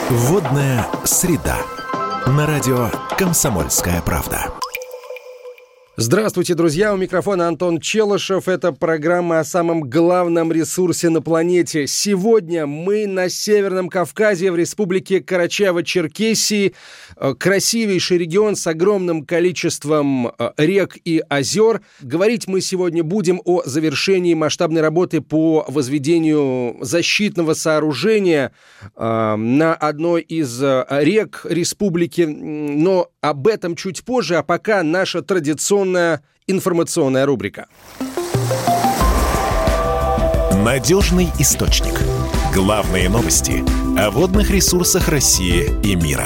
Водная среда. На радио «Комсомольская правда». Здравствуйте, друзья! У микрофона Антон Челышев. Это программа о самом главном ресурсе на планете. Сегодня мы на Северном Кавказе, в республике Карачаево-Черкесии. Красивейший регион с огромным количеством рек и озер. Говорить мы сегодня будем о завершении масштабной работы по возведению защитного сооружения на одной из рек республики. Но об этом чуть позже, а пока наша традиционная информационная рубрика. Надежный источник. Главные новости о водных ресурсах России и мира.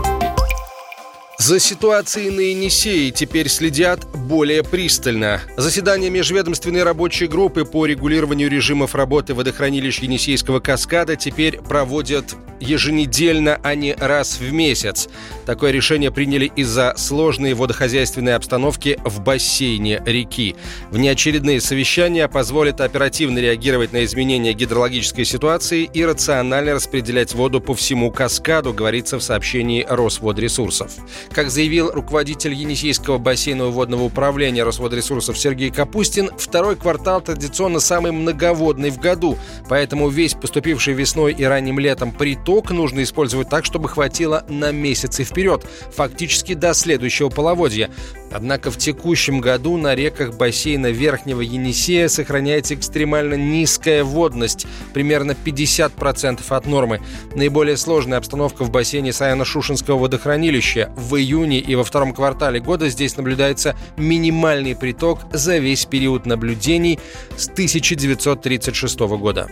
За ситуацией на Енисее теперь следят более пристально. Заседание межведомственной рабочей группы по регулированию режимов работы водохранилищ Енисейского каскада теперь проводят еженедельно, а не раз в месяц. Такое решение приняли из-за сложной водохозяйственной обстановки в бассейне реки. Внеочередные совещания позволят оперативно реагировать на изменения гидрологической ситуации и рационально распределять воду по всему каскаду, говорится в сообщении Росводресурсов. Как заявил руководитель Енисейского бассейнового водного управления Росводресурсов Сергей Капустин, второй квартал традиционно самый многоводный в году, поэтому весь поступивший весной и ранним летом приток нужно использовать так, чтобы хватило на месяцы вперед, фактически до следующего половодья. Однако в текущем году на реках бассейна Верхнего Енисея сохраняется экстремально низкая водность, примерно 50% от нормы. Наиболее сложная обстановка в бассейне Саяно-Шушенского водохранилища. В июне и во втором квартале года здесь наблюдается минимальный приток за весь период наблюдений с 1936 года.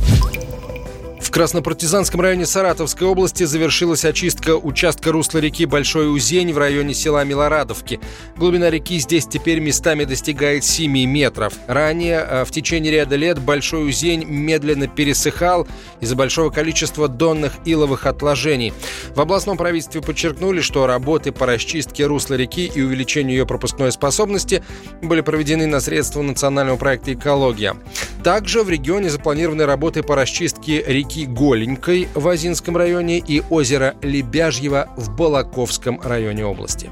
В Краснопартизанском районе Саратовской области завершилась очистка участка русла реки Большой Узень в районе села Милорадовки. Глубина реки здесь теперь местами достигает 7 метров. Ранее, в течение ряда лет, Большой Узень медленно пересыхал из-за большого количества донных иловых отложений. В областном правительстве подчеркнули, что работы по расчистке русла реки и увеличению ее пропускной способности были проведены на средства национального проекта «Экология». Также в регионе запланированы работы по расчистке реки Голенькой в Озинском районе и озера Лебяжьего в Балаковском районе области.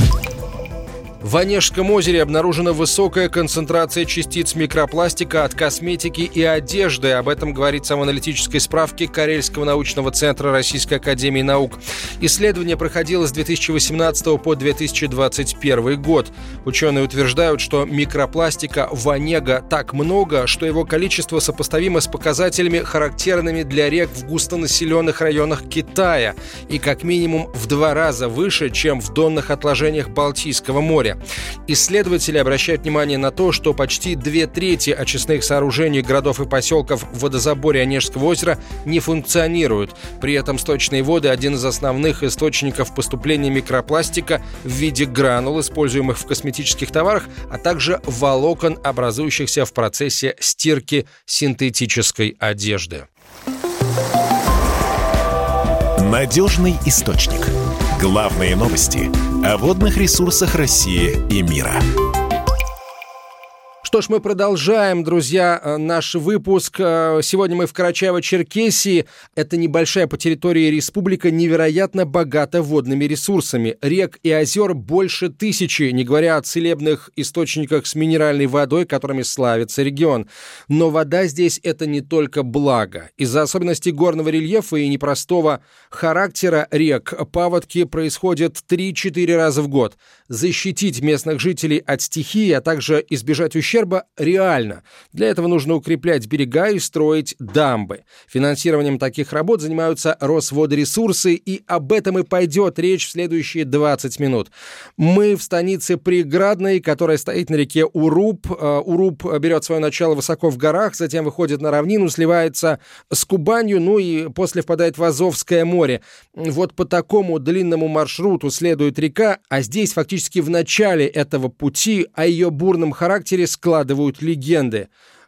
В Онежском озере обнаружена высокая концентрация частиц микропластика от косметики и одежды. Об этом говорится в аналитической справке Карельского научного центра Российской академии наук. Исследование проходило с 2018 по 2021 год. Ученые утверждают, что микропластика в Онега так много, что его количество сопоставимо с показателями, характерными для рек в густонаселенных районах Китая, и как минимум в 2 раза выше, чем в донных отложениях Балтийского моря. Исследователи обращают внимание на то, что почти 2/3 очистных сооружений городов и поселков в водозаборе Онежского озера не функционируют. При этом сточные воды – один из основных источников поступления микропластика в виде гранул, используемых в косметических товарах, а также волокон, образующихся в процессе стирки синтетической одежды. Надежный источник. Главные новости о водных ресурсах России и мира. Что ж, мы продолжаем, друзья, наш выпуск. Сегодня мы в Карачаево-Черкесии. Это небольшая по территории республика, невероятно богата водными ресурсами. Рек и озер больше 1000, не говоря о целебных источниках с минеральной водой, которыми славится регион. Но вода здесь – это не только благо. Из-за особенностей горного рельефа и непростого характера рек паводки происходят 3-4 раза в год. Защитить местных жителей от стихии, а также избежать ущерба реально. Для этого нужно укреплять берега и строить дамбы. Финансированием таких работ занимаются Росводресурсы, и об этом и пойдет речь в следующие 20 минут. Мы в станице Приградной, которая стоит на реке Уруб. Уруб берет свое начало высоко в горах, затем выходит на равнину, сливается с Кубанью, ну и после впадает в Азовское море. Вот по такому длинному маршруту следует река, а здесь фактически в начале этого пути о ее бурном характере складывают легенды.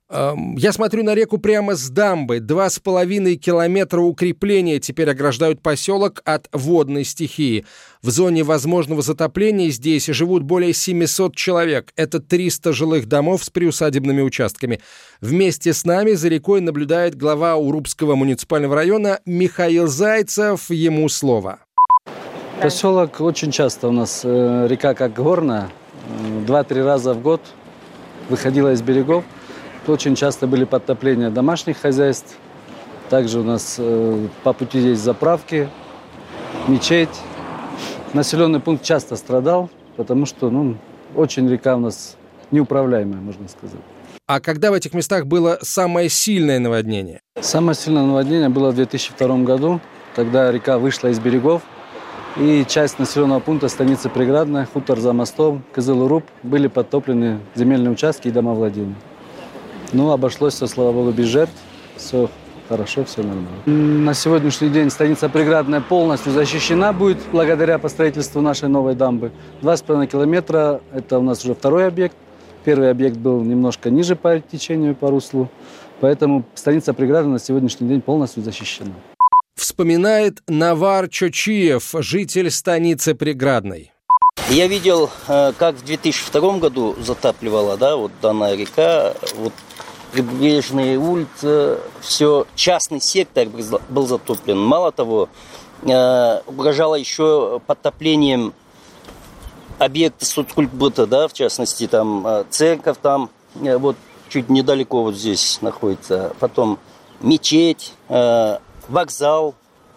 Я смотрю на реку прямо с дамбы. 2,5 километра укрепления теперь ограждают поселок от водной стихии. В зоне возможного затопления здесь живут более 700 человек. Это 300 жилых домов с приусадебными участками. Вместе с нами за рекой наблюдает глава Урупского муниципального района Михаил Зайцев. Ему слово. Поселок очень часто у нас река как горная. 2-3 раза в год выходила из берегов. Очень часто были подтопления домашних хозяйств. Также у нас по пути есть заправки, мечеть. Населенный пункт часто страдал, потому что очень река у нас неуправляемая, можно сказать. А когда в этих местах было самое сильное наводнение? Самое сильное наводнение было в 2002 году, когда река вышла из берегов. И часть населенного пункта станицы Преградная, хутор за мостом, Кызыл-Уруп были подтоплены земельные участки и домовладения. Обошлось все, слава богу, без жертв. Все хорошо, все нормально. На сегодняшний день станица Преградная полностью защищена будет благодаря по строительству нашей новой дамбы. 2,5 километра – это у нас уже второй объект. Первый объект был немножко ниже по течению, по руслу. Поэтому станица Преградная на сегодняшний день полностью защищена. Вспоминает Навар Чочиев, житель станицы Преградной. Я видел, как в 2002 году затапливала, данная река, прибрежные улицы, все, частный сектор был затоплен. Мало того, угрожало еще подтоплением объекта соцкультбыта, в частности, там церковь там, чуть недалеко здесь находится, потом мечеть, вокзал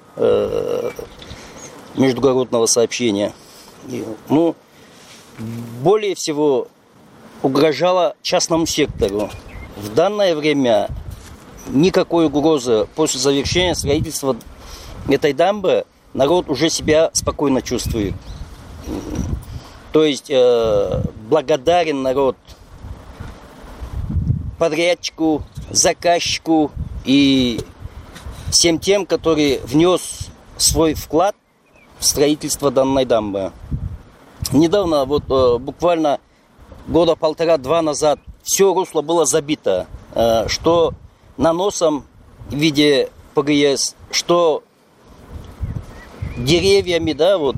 междугородного сообщения. Более всего угрожало частному сектору. В данное время никакой угрозы после завершения строительства этой дамбы народ уже себя спокойно чувствует. То есть благодарен народ подрядчику, заказчику и всем тем, которые внес свой вклад в строительство данной дамбы. Недавно, буквально года 1,5-2 назад, все русло было забито, что наносом в виде ПГС, что деревьями,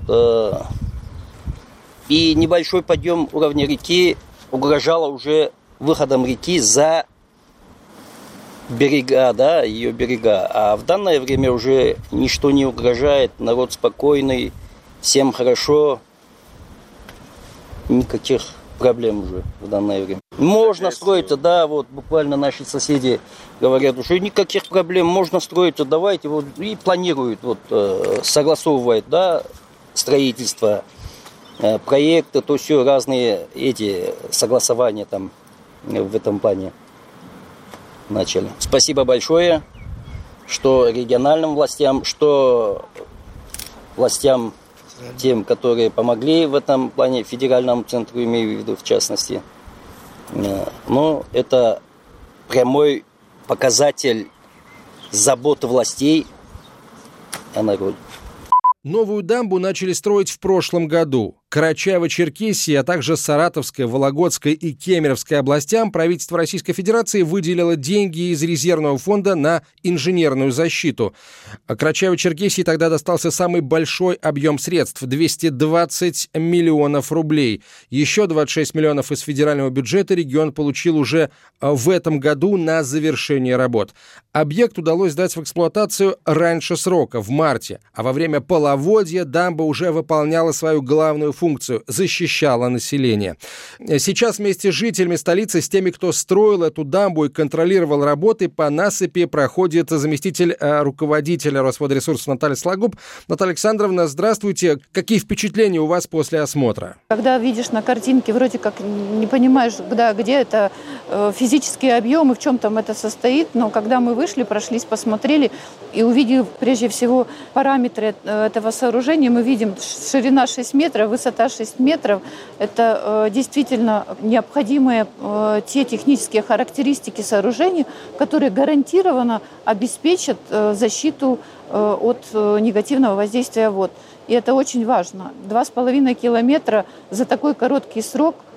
и небольшой подъем уровня реки угрожало уже выходом реки за берега, ее берега. А в данное время уже ничто не угрожает, народ спокойный, всем хорошо, никаких проблем уже в данное время. Можно строиться, буквально наши соседи говорят, уже никаких проблем, можно строиться, давайте, и планируют, согласовывают, строительство, проекты, то все, разные эти согласования там в этом плане начали. Спасибо большое, что региональным властям, что властям тем, которые помогли в этом плане, федеральному центру, имею в виду в частности. Но это прямой показатель заботы властей о народе. Новую дамбу начали строить в прошлом году. Карачаево-Черкесии, а также Саратовской, Вологодской и Кемеровской областям правительство Российской Федерации выделило деньги из резервного фонда на инженерную защиту. Карачаево-Черкесии тогда достался самый большой объем средств – 220 миллионов рублей. Еще 26 миллионов из федерального бюджета регион получил уже в этом году на завершение работ. Объект удалось сдать в эксплуатацию раньше срока, в марте, а во время половодья дамба уже выполняла свою главную функцию – защищала население. Сейчас вместе с жителями столицы, с теми, кто строил эту дамбу и контролировал работы по насыпи, проходит заместитель руководителя Росводресурсов Наталья Сологуб. Наталья Александровна, здравствуйте. Какие впечатления у вас после осмотра? Когда видишь на картинке, вроде как не понимаешь, где это физические объемы, в чем там это состоит, но когда мы вышли, прошлись, посмотрели и увидели прежде всего параметры этого сооружения, мы видим ширина 6 метров, высота 6 метров. Это действительно необходимые те технические характеристики сооружения, которые гарантированно обеспечат защиту от негативного воздействия вод. И это очень важно. 2,5 километра за такой короткий срок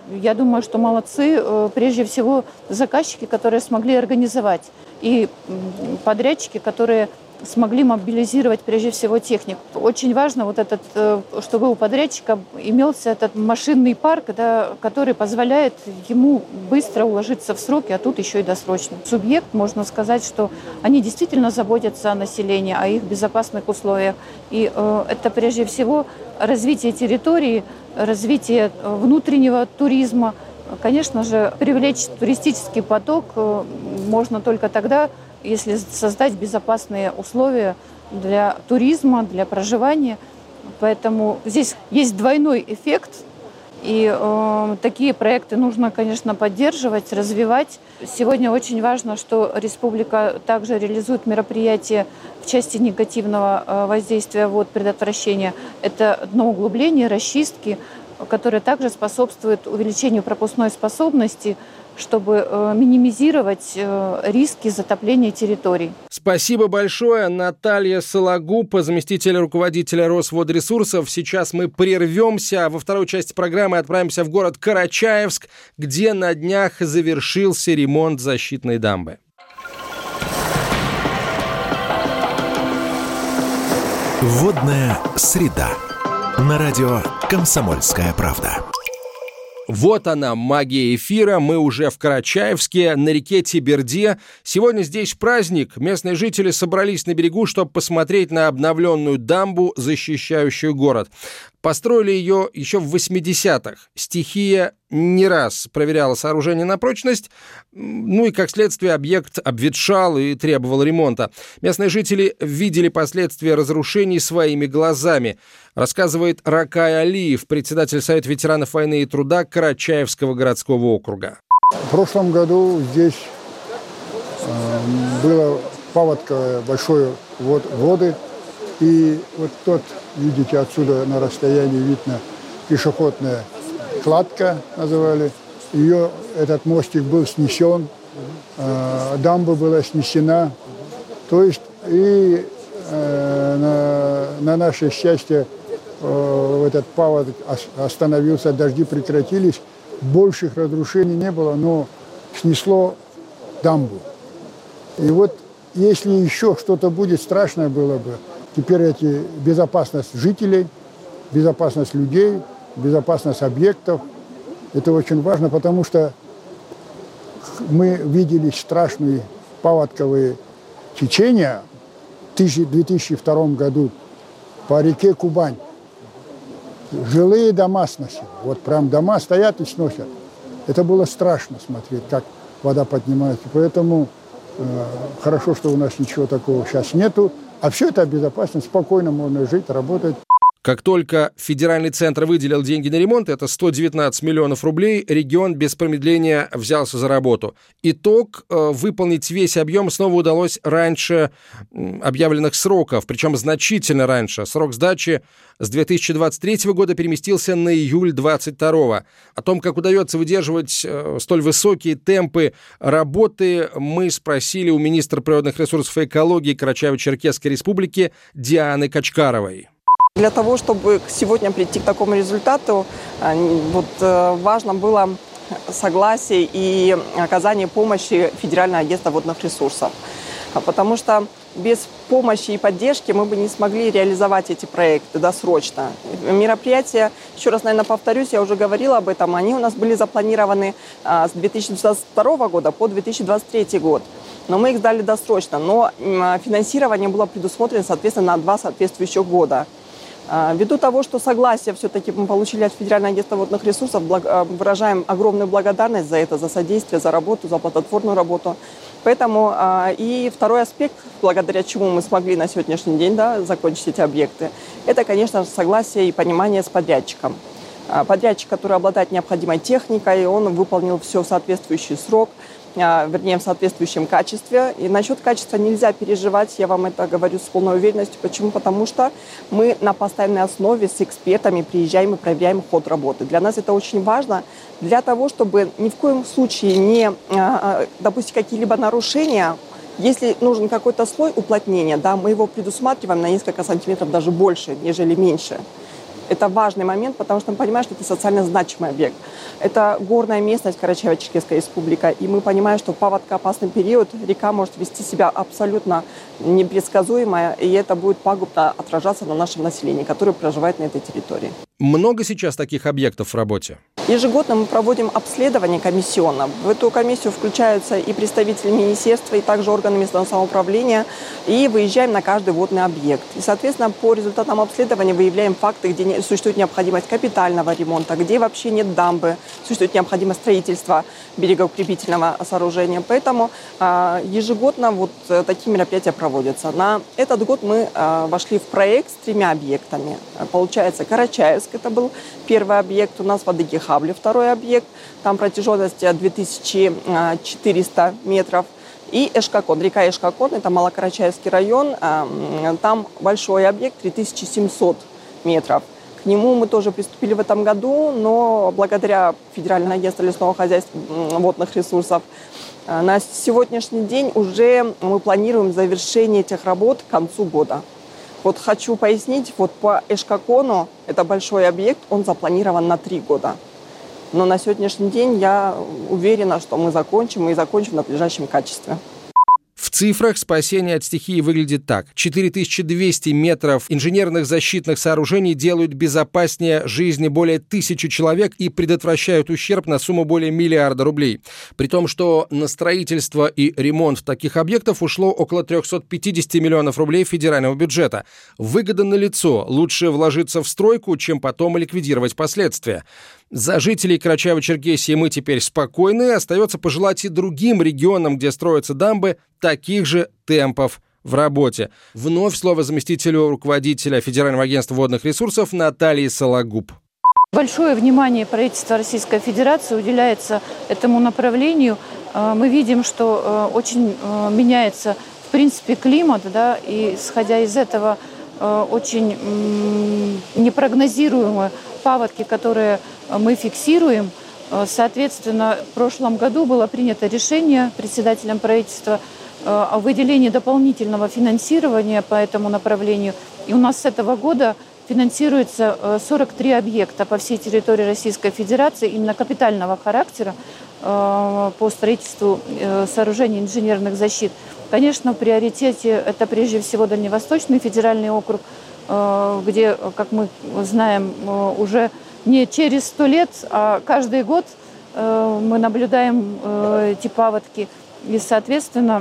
я думаю, что молодцы прежде всего заказчики, которые смогли организовать, и подрядчики, которые смогли мобилизировать прежде всего технику. Очень важно чтобы у подрядчика имелся этот машинный парк, который позволяет ему быстро уложиться в сроки, а тут еще и досрочно. Субъект, можно сказать, что они действительно заботятся о населении, о их безопасных условиях. И это прежде всего развитие территории, развитие внутреннего туризма. Конечно же, привлечь туристический поток можно только тогда, если создать безопасные условия для туризма, для проживания. Поэтому здесь есть двойной эффект. И такие проекты нужно, конечно, поддерживать, развивать. Сегодня очень важно, что республика также реализует мероприятия в части негативного воздействия вод, предотвращения. Это дноуглубление, расчистки, которые также способствуют увеличению пропускной способности, чтобы минимизировать риски затопления территорий. Спасибо большое. Наталья Сологуб, заместитель руководителя Росводресурсов. Сейчас мы прервемся. Во второй части программы отправимся в город Карачаевск, где на днях завершился ремонт защитной дамбы. Водная среда. На радио «Комсомольская правда». Вот она, магия эфира. Мы уже в Карачаевске, на реке Теберде. Сегодня здесь праздник. Местные жители собрались на берегу, чтобы посмотреть на обновленную дамбу, защищающую город. Построили ее еще в 80-х. Стихия не раз проверяла сооружение на прочность. Ну и, как следствие, объект обветшал и требовал ремонта. Местные жители видели последствия разрушений своими глазами. Рассказывает Ракай Алиев, председатель Совета ветеранов войны и труда Карачаевского городского округа. В прошлом году здесь было паводковое большое воды. И вот тот, видите, отсюда на расстоянии видно пешеходная кладка, называли. Этот мостик был снесен, дамба была снесена. То есть и на наше счастье этот паводок остановился, дожди прекратились. Больших разрушений не было, но снесло дамбу. И вот если еще что-то будет, страшное было бы. Теперь безопасность жителей, безопасность людей, безопасность объектов. Это очень важно, потому что мы видели страшные паводковые течения в 2002 году по реке Кубань. Жилые дома сносили. Вот прям дома стоят и сносят. Это было страшно смотреть, как вода поднимается. Поэтому хорошо, что у нас ничего такого сейчас нету. А все это безопасно, спокойно можно жить, работать. Как только федеральный центр выделил деньги на ремонт, это 119 миллионов рублей, регион без промедления взялся за работу. Итог – выполнить весь объем снова удалось раньше объявленных сроков, причем значительно раньше. Срок сдачи с 2023 года переместился на июль 2022. О том, как удается выдерживать столь высокие темпы работы, мы спросили у министра природных ресурсов и экологии Карачаево-Черкесской республики Дианы Качкаровой. Для того, чтобы сегодня прийти к такому результату, важно было согласие и оказание помощи Федерального агентства водных ресурсов. Потому что без помощи и поддержки мы бы не смогли реализовать эти проекты досрочно. Мероприятия, еще раз, наверное, повторюсь, я уже говорила об этом, они у нас были запланированы с 2022 года по 2023 год. Но мы их сдали досрочно. Но финансирование было предусмотрено, соответственно, на 2 соответствующих года. Ввиду того, что согласие все-таки мы получили от Федерального агентства водных ресурсов, выражаем огромную благодарность за это, за содействие, за работу, за плодотворную работу. Поэтому и второй аспект, благодаря чему мы смогли на сегодняшний день закончить эти объекты, это, конечно, согласие и понимание с подрядчиком. Подрядчик, который обладает необходимой техникой, он выполнил все в соответствующий срок, в соответствующем качестве. И насчет качества нельзя переживать, я вам это говорю с полной уверенностью. Почему? Потому что мы на постоянной основе с экспертами приезжаем и проверяем ход работы. Для нас это очень важно, для того, чтобы ни в коем случае не допустить какие-либо нарушения. Если нужен какой-то слой уплотнения, мы его предусматриваем на несколько сантиметров даже больше, нежели меньше. Это важный момент, потому что мы понимаем, что это социально значимый объект. Это горная местность Карачаево-Черкесская республика, и мы понимаем, что в паводкоопасный период река может вести себя абсолютно непредсказуемо, и это будет пагубно отражаться на нашем населении, которое проживает на этой территории. Много сейчас таких объектов в работе? Ежегодно мы проводим обследование комиссионно. В эту комиссию включаются и представители министерства, и также органы местного самоуправления, и выезжаем на каждый водный объект. И, соответственно, по результатам обследования выявляем факты, где существует необходимость капитального ремонта, где вообще нет дамбы, существует необходимость строительства берегоукрепительного сооружения. Поэтому ежегодно вот такие мероприятия проводятся. На этот год мы вошли в проект с 3 объектами. Получается, Карачаевск, это был первый объект, у нас в Адыгехабле второй объект, там протяженность 2400 метров. И Эшкакон, река Эшкакон, это Малокарачаевский район, там большой объект, 3700 метров. К нему мы тоже приступили в этом году, но благодаря Федеральному агентству лесного хозяйства водных ресурсов на сегодняшний день уже мы планируем завершение этих работ к концу года. Вот хочу пояснить, вот по Эшкакону, это большой объект, он запланирован на 3 года. Но на сегодняшний день я уверена, что мы закончим, и закончим в надлежащем качестве. В цифрах спасение от стихии выглядит так. 4200 метров инженерных защитных сооружений делают безопаснее жизни более 1000 человек и предотвращают ущерб на сумму более миллиарда рублей. При том, что на строительство и ремонт таких объектов ушло около 350 миллионов рублей федерального бюджета. Выгода налицо. Лучше вложиться в стройку, чем потом ликвидировать последствия. За жителей Карачаево-Черкесии мы теперь спокойны. Остается пожелать и другим регионам, где строятся дамбы, таких же темпов в работе. Вновь слово заместителю руководителя Федерального агентства водных ресурсов Натальи Сологуб. Большое внимание правительства Российской Федерации уделяется этому направлению. Мы видим, что очень меняется, в принципе, климат, да, и, исходя из этого, очень непрогнозируемые паводки, которые мы фиксируем. Соответственно, в прошлом году было принято решение председателем правительства о выделении дополнительного финансирования по этому направлению. И у нас с этого года финансируется 43 объекта по всей территории Российской Федерации именно капитального характера по строительству сооружений инженерных защит. Конечно, в приоритете это прежде всего Дальневосточный федеральный округ, где, как мы знаем, уже не через 100 лет, а каждый год мы наблюдаем эти паводки. И, соответственно,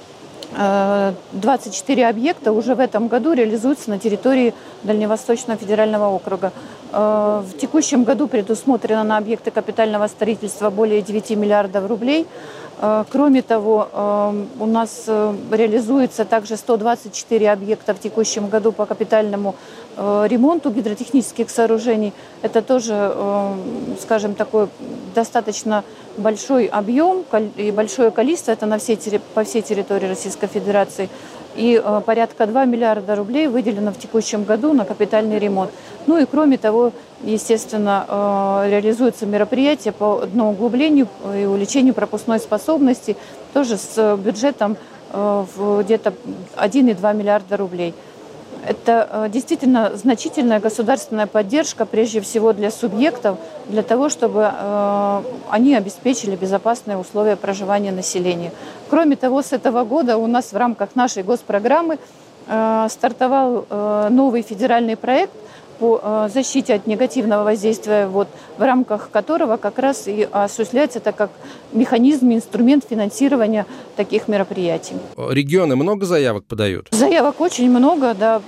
24 объекта уже в этом году реализуются на территории Дальневосточного федерального округа. В текущем году предусмотрено на объекты капитального строительства более 9 миллиардов рублей. Кроме того, у нас реализуется также 124 объекта в текущем году по капитальному ремонту гидротехнических сооружений. Это тоже, скажем, такой достаточно большой объем и большое количество. Это по всей территории Российской Федерации. И порядка 2 миллиарда рублей выделено в текущем году на капитальный ремонт. Ну и кроме того, естественно, реализуются мероприятия по дноуглублению и увеличению пропускной способности, тоже с бюджетом в где-то 1,2 миллиарда рублей. Это действительно значительная государственная поддержка, прежде всего для субъектов, для того, чтобы они обеспечили безопасные условия проживания населения. Кроме того, с этого года у нас в рамках нашей госпрограммы стартовал новый федеральный проект по защите от негативного воздействия вод, в рамках которого как раз и осуществляется это как механизм, инструмент финансирования таких мероприятий. Регионы много заявок подают? Заявок очень много, да.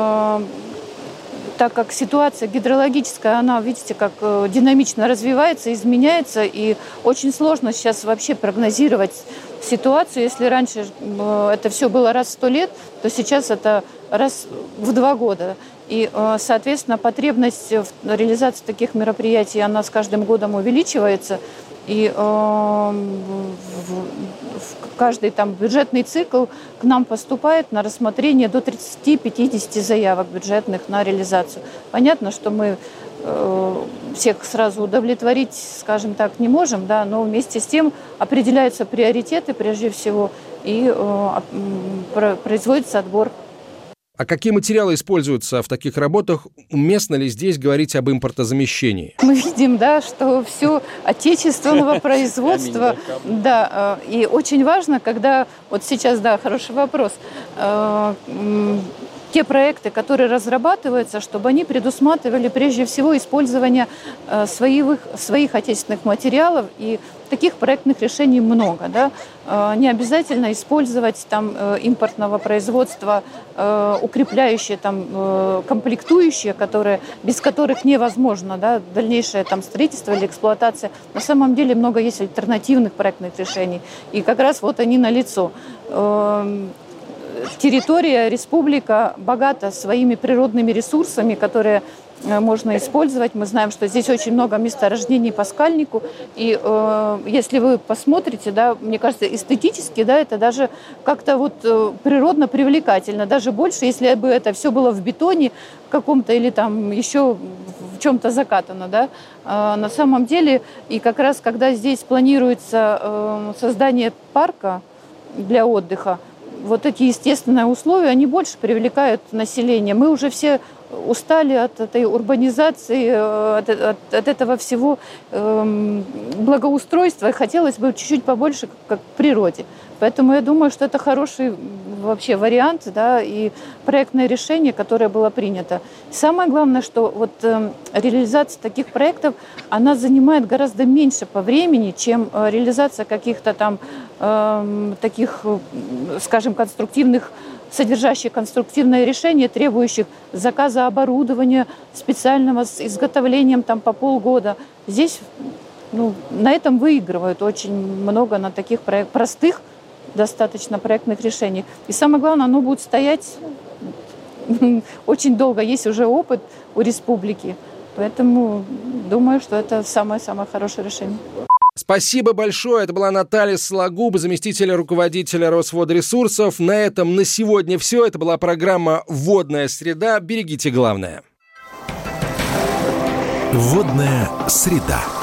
Так как ситуация гидрологическая, она, видите, как динамично развивается, изменяется, и очень сложно сейчас вообще прогнозировать ситуацию. Если раньше это все было раз в 100 лет, то сейчас это раз в 2 года. И, соответственно, потребность в реализации таких мероприятий, она с каждым годом увеличивается. И в каждый там бюджетный цикл к нам поступает на рассмотрение до 30-50 заявок бюджетных на реализацию. Понятно, что мы всех сразу удовлетворить, скажем так, не можем, да, но вместе с тем определяются приоритеты прежде всего и производится отбор. А какие материалы используются в таких работах? Уместно ли здесь говорить об импортозамещении? Мы видим, да, что все отечественного производства, да, и очень важно, когда, вот сейчас, да, хороший вопрос, те проекты, которые разрабатываются, чтобы они предусматривали прежде всего использование своих отечественных материалов, и таких проектных решений много. Да? Не обязательно использовать там импортного производства укрепляющие, там, комплектующие, без которых невозможно, да, дальнейшее там строительство или эксплуатация. На самом деле много есть альтернативных проектных решений, и как раз вот они налицо. Территория, республика богата своими природными ресурсами, которые можно использовать. Мы знаем, что здесь очень много месторождений по скальнику. И если вы посмотрите, да, мне кажется, эстетически, да, это даже как-то вот природно привлекательно. Даже больше, если бы это все было в бетоне каком-то или там еще в чем-то закатано. Да. На самом деле, и как раз когда здесь планируется создание парка для отдыха, вот эти естественные условия, они больше привлекают население. Мы уже все устали от этой урбанизации, от этого всего благоустройства. И хотелось бы чуть-чуть побольше как в природе. Поэтому я думаю, что это хороший вообще вариант, да, и проектное решение, которое было принято. И самое главное, что вот реализация таких проектов, она занимает гораздо меньше по времени, чем реализация каких-то там таких, скажем, содержащих конструктивное решение, требующих заказа оборудования специального с изготовлением там по полгода. Здесь на этом выигрывают очень много на таких простых достаточно проектных решений. И самое главное, оно будет стоять очень долго. Есть уже опыт у республики. Поэтому думаю, что это самое-самое хорошее решение. Спасибо большое. Это была Наталья Сологуб, заместитель руководителя Росводресурсов. На этом на сегодня все. Это была программа «Водная среда». Берегите главное. Водная среда.